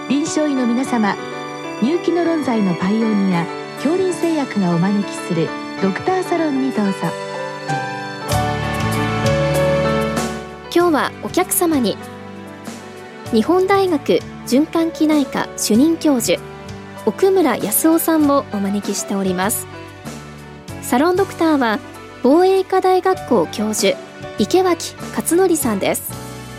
臨床医の皆様、入気の論剤のパイオニア恐林製薬がお招きするドクターサロンにどうぞ。 今日はお客様に日本大学循環器内科主任教授奥村康夫さんをお招きしております。サロンドクターは防衛医科大学校教授池脇勝則さんです。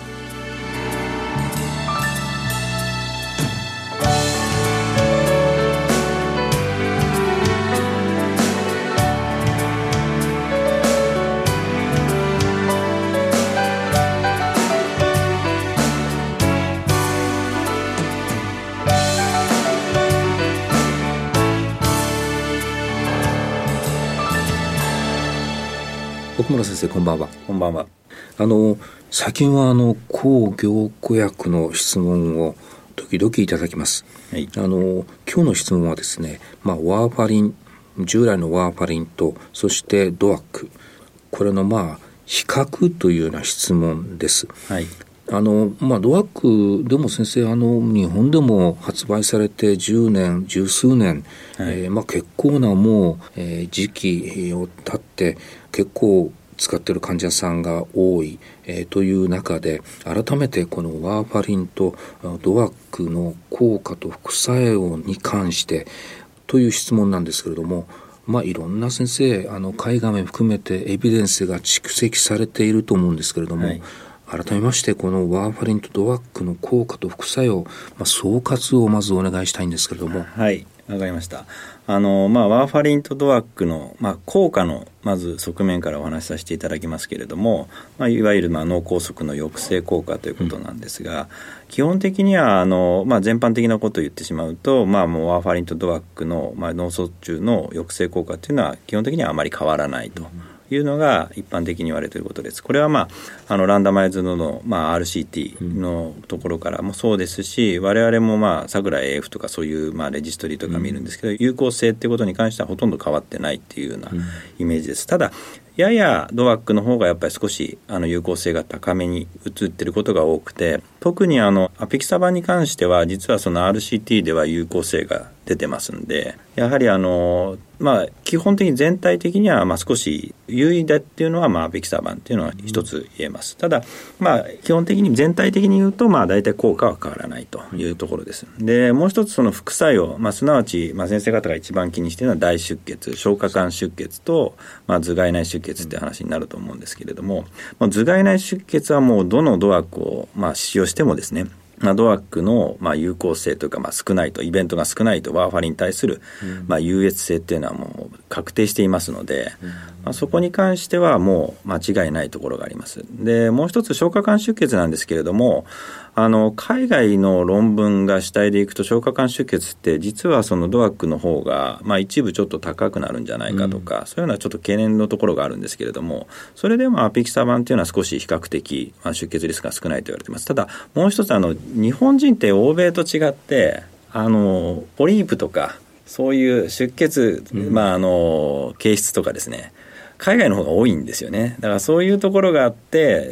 奥村先生、こんばんは。 こんばんは。 最近は抗凝固薬の質問を時々いただきます。 はい、 今日の質問はですね、ワーファリン、従来のワーファリンとそしてドアック、これの比較というような質問です。 はい、 ドアックでも先生、日本でも発売されて10年十数年、 はい、 結構なもう、時期を経って結構使っている患者さんが多い、という中で、改めてこのワーファリンとドアックの効果と副作用に関してという質問なんですけれども、いろんな先生海外も含めてエビデンスが蓄積されていると思うんですけれども、はい、改めましてこのワーファリンとドアックの効果と副作用、総括をまずお願いしたいんですけれども。 はい、わかりました。ワーファリンとドアックの、効果のまず側面からお話しさせていただきますけれども、いわゆる脳梗塞の抑制効果ということなんですが、基本的には全般的なことを言ってしまうと、もうワーファリンとドアックの、脳卒中の抑制効果というのは基本的にはあまり変わらないというのが一般的に言われていることです。これはランダマイズの、RCT のところからもそうですし、我々も桜 AF とかそういう、レジストリとか見るんですけど、有効性っていうことに関してはほとんど変わってないっていうようなイメージです。ただややドアックの方がやっぱり少し有効性が高めに映っていることが多くて、特にアピキサバンに関しては実はその RCT では有効性が出てますんで、やはり基本的に全体的には少し優位だっていうのはアピキサバンっていうのは一つ言えます。ただ基本的に全体的に言うと大体効果は変わらないというところです。でもう一つその副作用、すなわち先生方が一番気にしているのは大出血、消化管出血と頭蓋内出血って話になると思うんですけれども、頭蓋内出血はもうどのドアックを使用してもですね、ドアックの有効性というか少ないと、イベントが少ないとワーファリンに対する優越性っていうのはもう確定していますので、そこに関してはもう間違いないところがあります。でもう一つ消化管出血なんですけれども、海外の論文が主体でいくと消化管出血って実はそのドアックの方が一部ちょっと高くなるんじゃないかとか、そういうのはちょっと懸念のところがあるんですけれども、それでもアピキサバンっていうのは少し比較的出血リスクが少ないと言われています。ただもう一つ日本人って欧米と違ってポリープとかそういう出血、形質とかですね、海外の方が多いんですよね。だからそういうところがあって、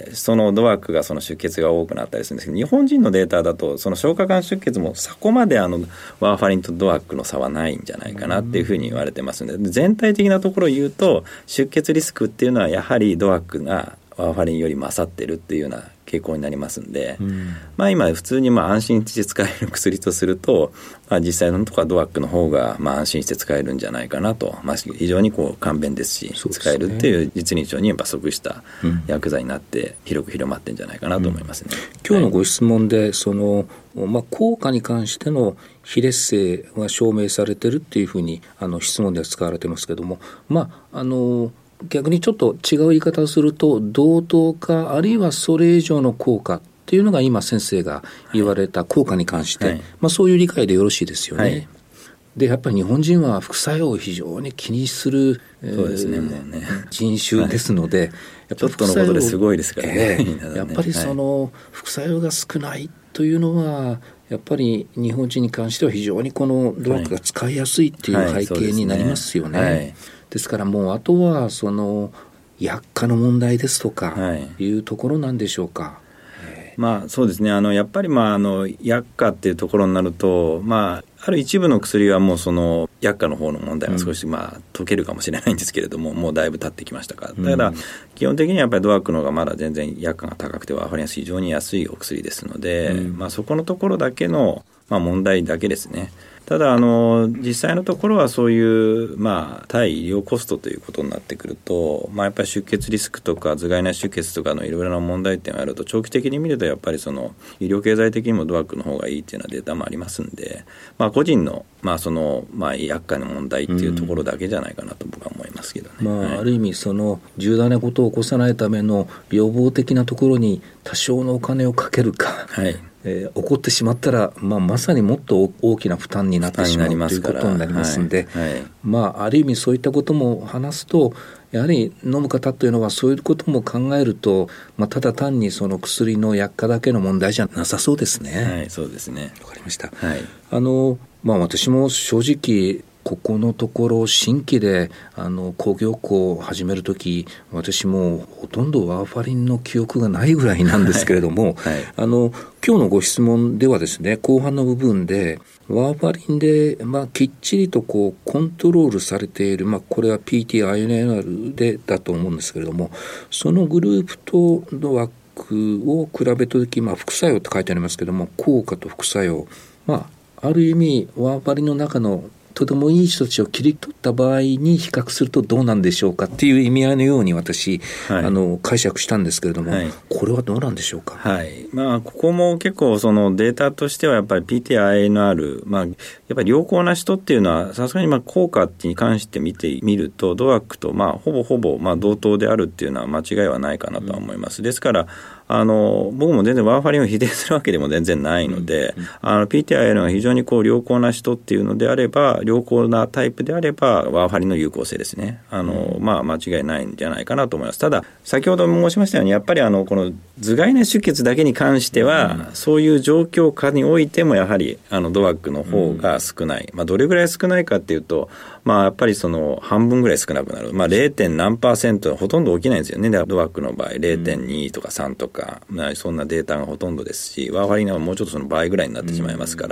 そのドアックがその出血が多くなったりするんですけど、日本人のデータだとその消化管出血もそこまでワーファリンとドアックの差はないんじゃないかなっていうふうに言われてますので、全体的なところを言うと出血リスクっていうのはやはりドアックがワーファリンより勝ってるっていうような傾向になりますんで、今普通に安心して使える薬とすると、実際のところはドアックの方が安心して使えるんじゃないかなと、非常に簡便ですし、使えるっていう実臨床に即した薬剤になって広く広まってるんじゃないかなと思いますね。 今日のご質問で効果に関しての非劣性が証明されてるっていうふうに質問では使われてますけども、逆にちょっと違う言い方をすると同等かあるいはそれ以上の効果っていうのが今先生が言われた効果に関して、そういう理解でよろしいですよね。でやっぱり日本人は副作用を非常に気にする、 そうですね、もうね人種ですので、 やっぱちょっとのことですごいですからね。 やっぱりその副作用が少ないというのはやっぱり日本人に関しては非常にこのドラッグが使いやすいっていう背景になりますよね。ですからもうあとはその薬価の問題ですとかいうところなんでしょうか。 そうですね。やっぱり薬価っていうところになると、ある一部の薬はもうその薬価の方の問題が少し解けるかもしれないんですけれども、もうだいぶ経ってきましたから。ただ基本的にはやっぱりドワックの方がまだ全然薬価が高くてワーファリンは非常に安いお薬ですので、そこのところだけの問題だけですね。ただ実際のところはそういう対医療コストということになってくると、やっぱり出血リスクとか頭蓋内出血とかのいろいろな問題点があると、長期的に見るとやっぱりその医療経済的にもドワックの方がいいっていうようなデータもありますんで、個人のその薬価の問題っていうところだけじゃないかなと僕は思いますけどね。 ある意味その重大なことを起こさないための予防的なところに多少のお金をかけるか、起こってしまったら、まさにもっと大きな負担になってしまうということになりますので、ある意味そういったことも話すと、やはり飲む方というのはそういうことも考えると、ただ単にその薬の薬価だけの問題じゃなさそうですね。 そうですね。 わかりました。私も正直ここのところ新規で工業校を始めるとき、私もほとんどワーファリンの記憶がないぐらいなんですけれども、今日のご質問ではですね、後半の部分でワーファリンで、きっちりとコントロールされている、これは PT-INR でだと思うんですけれども、そのグループとドワックを比べたとき、副作用って書いてありますけれども、効果と副作用、ある意味ワーファリンの中のとてもいい人たちを切り取った場合に比較するとどうなんでしょうかっていう意味合いのように私、解釈したんですけれども、これはどうなんでしょうか。 ここも結構そのデータとしてはやっぱり PT-INR、やっぱり良好な人っていうのはさすがに効果に関して見てみるとドワックとほぼ同等であるっていうのは間違いはないかなとは思います。ですから僕も全然ワーファリンを否定するわけでも全然ないので、PTIN が非常に良好な人っていうのであれば、良好なタイプであればワーファリンの有効性ですね、間違いないんじゃないかなと思います。ただ先ほど申しましたように、やっぱりこの頭蓋内出血だけに関しては、そういう状況下においてもやはりドワックの方が少ない、どれぐらい少ないかっていうと、やっぱりその半分ぐらい少なくなる、0. 何%ほとんど起きないんですよね。ドワックの場合 0.2 とか3とか、そんなデータがほとんどですし、ワーファリンはもうちょっとその倍ぐらいになってしまいますから、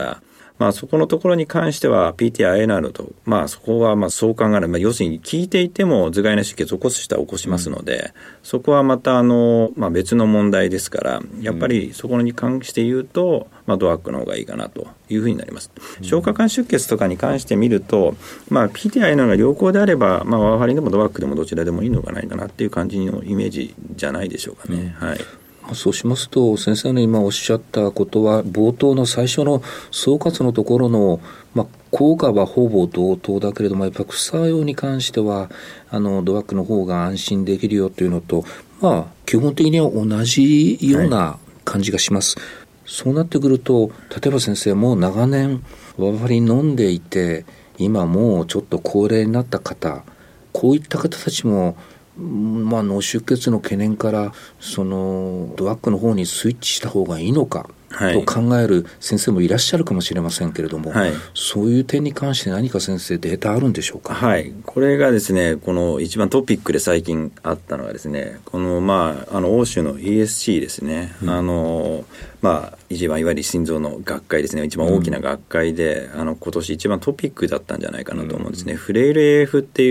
そこのところに関しては PT-INR と、そこはそう考える、要するに効いていても頭蓋内出血を起こす人は起こしますので、そこはまた別の問題ですから、やっぱりそこに関して言うと、ドワックの方がいいかなというふうになります。消化管出血とかに関して見ると、PT-INR が良好であれば、ワーファリンでもドワックでもどちらでもいいのかないかなっていう感じのイメージじゃないでしょうかね。 そうしますと、先生の今おっしゃったことは、冒頭の最初の総括のところの、効果はほぼ同等だけれども、やっぱ副作用に関してはドワックの方が安心できるよというのと、基本的には同じような感じがします。そうなってくると、例えば先生も長年ワーファリン飲んでいて、今もうちょっと高齢になった方、こういった方たちも脳出血の懸念からそのドワックの方にスイッチした方がいいのかと考える先生もいらっしゃるかもしれませんけれども、そういう点に関して何か先生データあるんでしょうか。 これがですね、この一番トピックで最近あったのはですね、この欧州の ESC ですね、一番いわゆる心臓の学会ですね、一番大きな学会で、今年一番トピックだったんじゃないかなと思うんですね。フレイル AF っていう、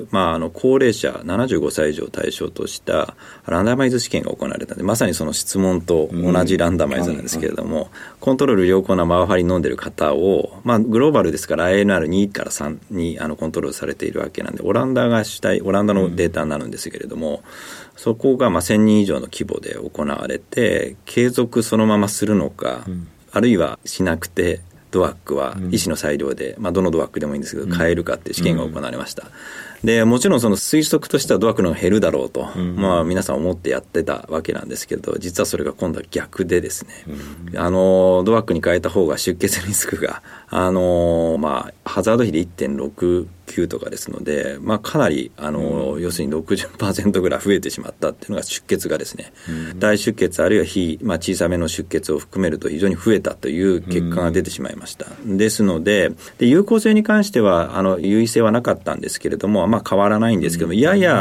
高齢者75歳以上を対象としたランダマイズ試験が行われたので、まさにその質問と同じランダマイズなんですけれども、コントロール良好なワーファリン飲んでる方を、グローバルですから INR2 から3にコントロールされているわけなんで、オランダのデータになるんですけれども、そこが1000人以上の規模で行われて、継続そのままするのか、あるいはしなくてドワックは医師の裁量で、どのドワックでもいいんですけど変えるかっていう試験が行われました。でもちろんその推測としてはドワックの方が減るだろうと、皆さん思ってやってたわけなんですけど、実はそれが今度は逆でですね、ドワックに変えた方が出血リスクがハザード比で 1.69 とかですので、かなり要するに 60% ぐらい増えてしまったっていうのが出血がですね、大出血あるいは小さめの出血を含めると非常に増えたという結果が出てしまいました。ですので、有効性に関しては優位性はなかったんですけれども、変わらないんですけども、やや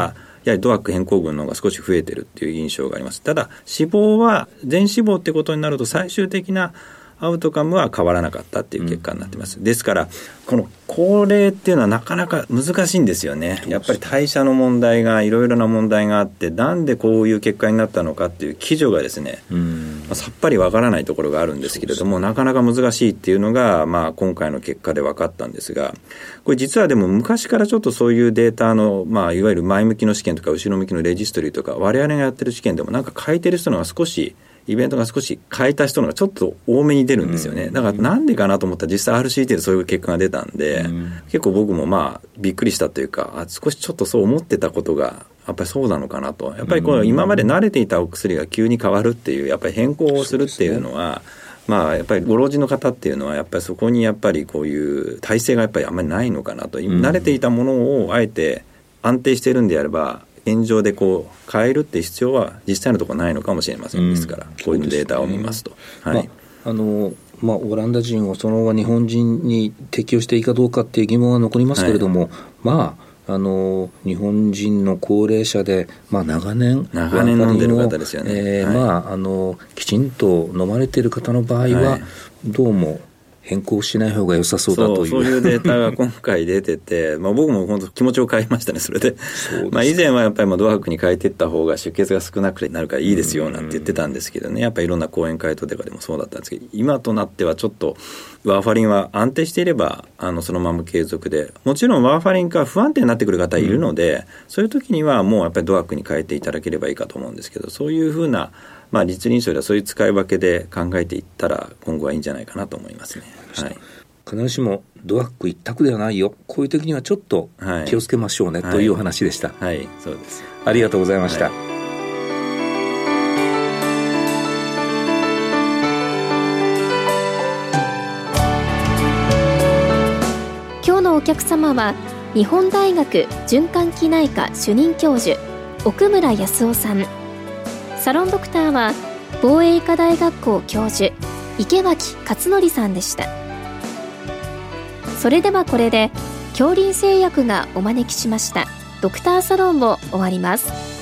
やはりドアック変更群の方が少し増えてるっていう印象があります。ただ死亡は全死亡ってことになると最終的なアウトカムは変わらなかったっていう結果になってます。ですからこの高齢っていうのはなかなか難しいんですよね。やっぱり代謝の問題がいろいろな問題があって、なんでこういう結果になったのかっていう基準がですね、さっぱりわからないところがあるんですけれども、なかなか難しいっていうのが、今回の結果で分かったんですが、これ実はでも昔からちょっとそういうデータの、いわゆる前向きの試験とか後ろ向きのレジストリーとか我々がやってる試験でもなんか書いてる人のが少しイベントが少し変えた人のがちょっと多めに出るんですよね。だからなんでかなと思ったら実際 RCT でそういう結果が出たんで、結構僕もびっくりしたというか、少しちょっとそう思ってたことがやっぱりそうなのかなと。やっぱりこの今まで慣れていたお薬が急に変わるっていう、やっぱり変更をするっていうのは、やっぱりご老人の方っていうのはやっぱりそこにやっぱりこういう体制がやっぱりあんまりないのかなと。慣れていたものをあえて安定しているんであれば現状でこう変えるっていう必要は実際のところないのかもしれません。ですからこういうデータを見ますと、 オランダ人をそのまま日本人に適用していいかどうかっていう疑問は残りますけれども、日本人の高齢者で、長年飲んでる方ですよね。 きちんと飲まれている方の場合は、どうも変更しない方が良さそうだという、 そういうデータが今回出てて僕も本当気持ちを変えましたね。それで以前はやっぱりドアックに変えていった方が出血が少なくなるからいいですよなんて言ってたんですけどね、やっぱりいろんな講演会とかでもそうだったんですけど、今となってはちょっとワーファリンは安定していればそのまま継続で、もちろんワーファリンが不安定になってくる方いるので、そういう時にはもうやっぱりドアックに変えていただければいいかと思うんですけど、そういうふうな実臨床ではそういう使い分けで考えていったら今後はいいんじゃないかなと思いますね。 必ずしもドアック一択ではないよ、こういう時にはちょっと気をつけましょうね、というお話でした。 そうです。 ありがとうございました。 今日のお客様は日本大学循環器内科主任教授奥村康夫さん、サロンドクターは防衛医科大学校教授池脇勝則さんでした。それではこれで京林製薬がお招きしましたドクターサロンを終わります。